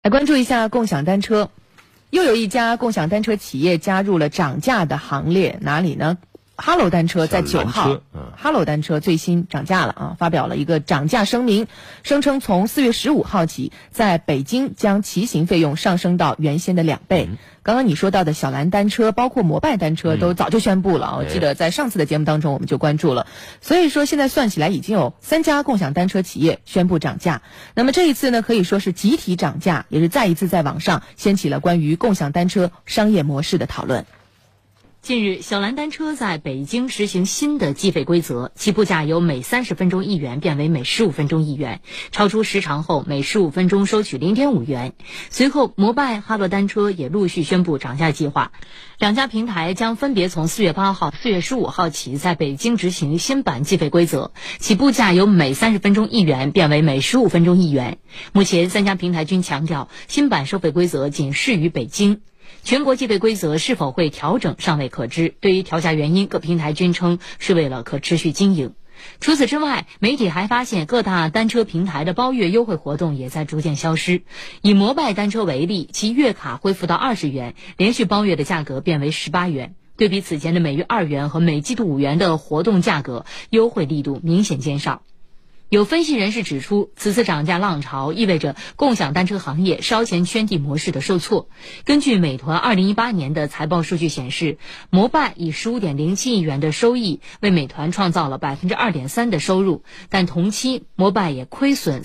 来关注一下共享单车，又有一家共享单车企业加入了涨价的行列，哪里呢？哈罗单车在9号，哈罗单车最新涨价了啊，发表了一个涨价声明，声称从4月15号起，在北京将骑行费用上升到原先的2倍。刚刚你说到的小蓝单车，包括摩拜单车都早就宣布了，我记得在上次的节目当中我们就关注了。所以说现在算起来已经有3家共享单车企业宣布涨价。那么这一次呢，可以说是集体涨价，也是再一次在网上掀起了关于共享单车商业模式的讨论。 近日，小蓝单车在北京实行新的计费规则，起步价由每30分钟1元变为每15分钟1元，超出时长后每15分钟收取0.5元。随后，摩拜、哈罗单车也陆续宣布涨价计划。两家平台将分别从4月8号、4月15号起在北京执行新版计费规则，起步价由每30分钟1元变为每15分钟1元。目前3家平台均强调，新版收费规则仅适于北京。全国计费规则是否会调整尚未可知，对于调价原因，各平台均称是为了可持续经营。除此之外，媒体还发现各大单车平台的包月优惠活动也在逐渐消失。以摩拜单车为例，其月卡恢复到20元，连续包月的价格变为18元。对比此前的每月2元和每季度5元的活动价格，优惠力度明显减少。有分析人士指出，此次涨价浪潮意味着共享单车行业烧钱圈地模式的受挫。根据美团2018年的财报数据显示，摩拜以15.07亿元的收益为美团创造了2.3%的收入，但同期摩拜也亏损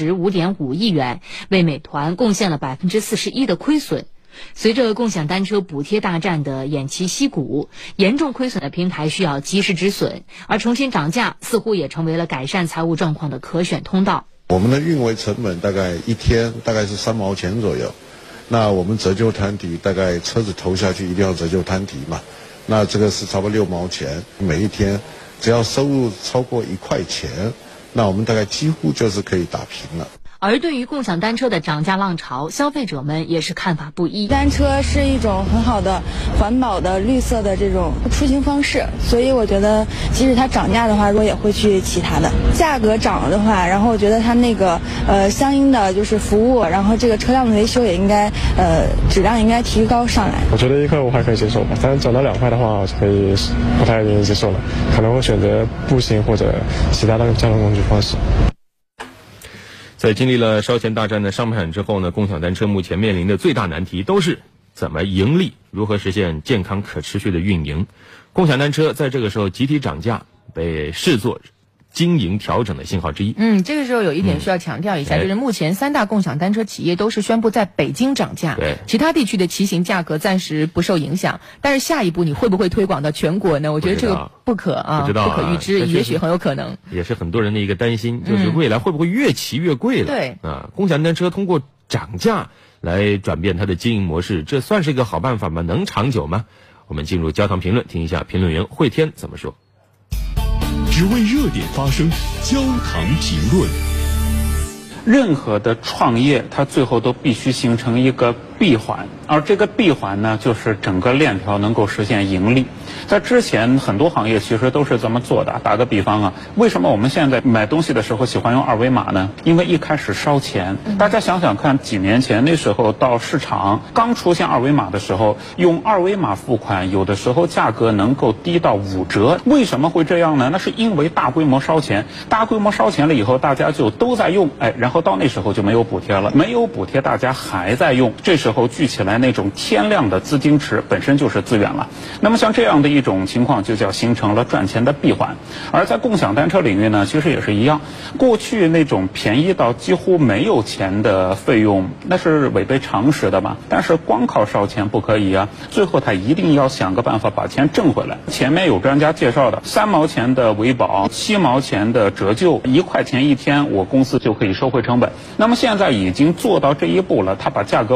45.5亿元，为美团贡献了41%的亏损。随着共享单车补贴大战的偃旗息鼓，严重亏损的平台需要及时止损，而重新涨价似乎也成为了改善财务状况的可选通道。 我们的运维成本大概一天大概是3毛钱左右，那我们折旧摊底大概车子投下去一定要折旧摊底嘛，那这个是差不多6毛钱，每一天只要收入超过1块钱，那我们大概几乎就是可以打平了。 而对于共享单车的涨价浪潮，消费者们也是看法不一。 单车是一种很好的环保的绿色的这种出行方式，所以我觉得即使它涨价的话，我也会去骑它的。价格涨了的话，然后我觉得它那个相应的就是服务，然后这个车辆的维修也应该质量应该提高上来。 我觉得1块我还可以接受吧，但是涨到2块的话，我就可以不太愿意接受了，可能会选择步行或者其他的交通工具方式。 在经历了烧钱大战的上半场之后呢，共享单车目前面临的最大难题都是怎么盈利，如何实现健康可持续的运营。共享单车在这个时候集体涨价，被视作经营调整的信号之一。 这个时候有一点需要强调一下，就是目前3大共享单车企业都是宣布在北京涨价，其他地区的骑行价格暂时不受影响。但是下一步你会不会推广到全国呢？我觉得这个不可预知，也许很有可能。 也是很多人的一个担心，就是未来会不会越骑越贵了？ 对共享单车通过涨价来转变它的经营模式，这算是一个好办法吗？能长久吗？我们进入焦糖评论，听一下评论员慧天怎么说。 只为热点发声，焦糖评论。 任何的创业，它最后都必须形成一个闭环，而这个闭环呢，就是整个链条能够实现盈利。在之前很多行业其实都是这么做的。打个比方啊，为什么我们现在买东西的时候喜欢用2维码呢？因为一开始烧钱。大家想想看，几年前那时候到市场刚出现2维码的时候，用2维码付款，有的时候价格能够低到5折。为什么会这样呢？那是因为大规模烧钱，大规模烧钱了以后，大家就都在用，然后到那时候就没有补贴了，没有补贴大家还在用，这时候聚起来那种天量的资金池本身就是资源了。那么像这样的一种情况就叫形成了赚钱的闭环。而在共享单车领域呢，其实也是一样，过去那种便宜到几乎没有钱的费用，那是违背常识的嘛。但是光靠烧钱不可以啊，最后他一定要想个办法把钱挣回来。前面有专家介绍的3毛钱的维保，7毛钱的折旧，1块钱一天，我公司就可以收回成本。那么现在已经做到这一步了，他把价格往上一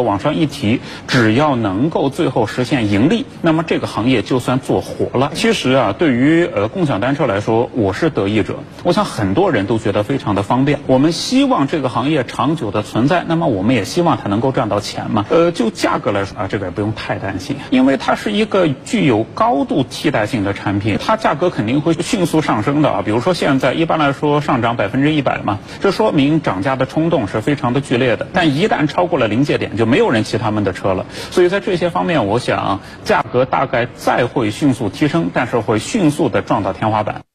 一提，只要能够最后实现盈利，那么这个行业就算做活了。其实啊，对于共享单车来说，我是得益者。我想很多人都觉得非常的方便。我们希望这个行业长久的存在，那么我们也希望它能够赚到钱嘛。就价格来说啊，这个也不用太担心，因为它是一个具有高度替代性的产品，它价格肯定会迅速上升的啊。比如说现在一般来说上涨100%嘛，这说明涨价的冲动是非常的剧烈的。但一旦超过了临界点，就没有人骑他们的车了。所以在这些方面，我想价格大概再会迅速提升，但是会迅速的撞到天花板。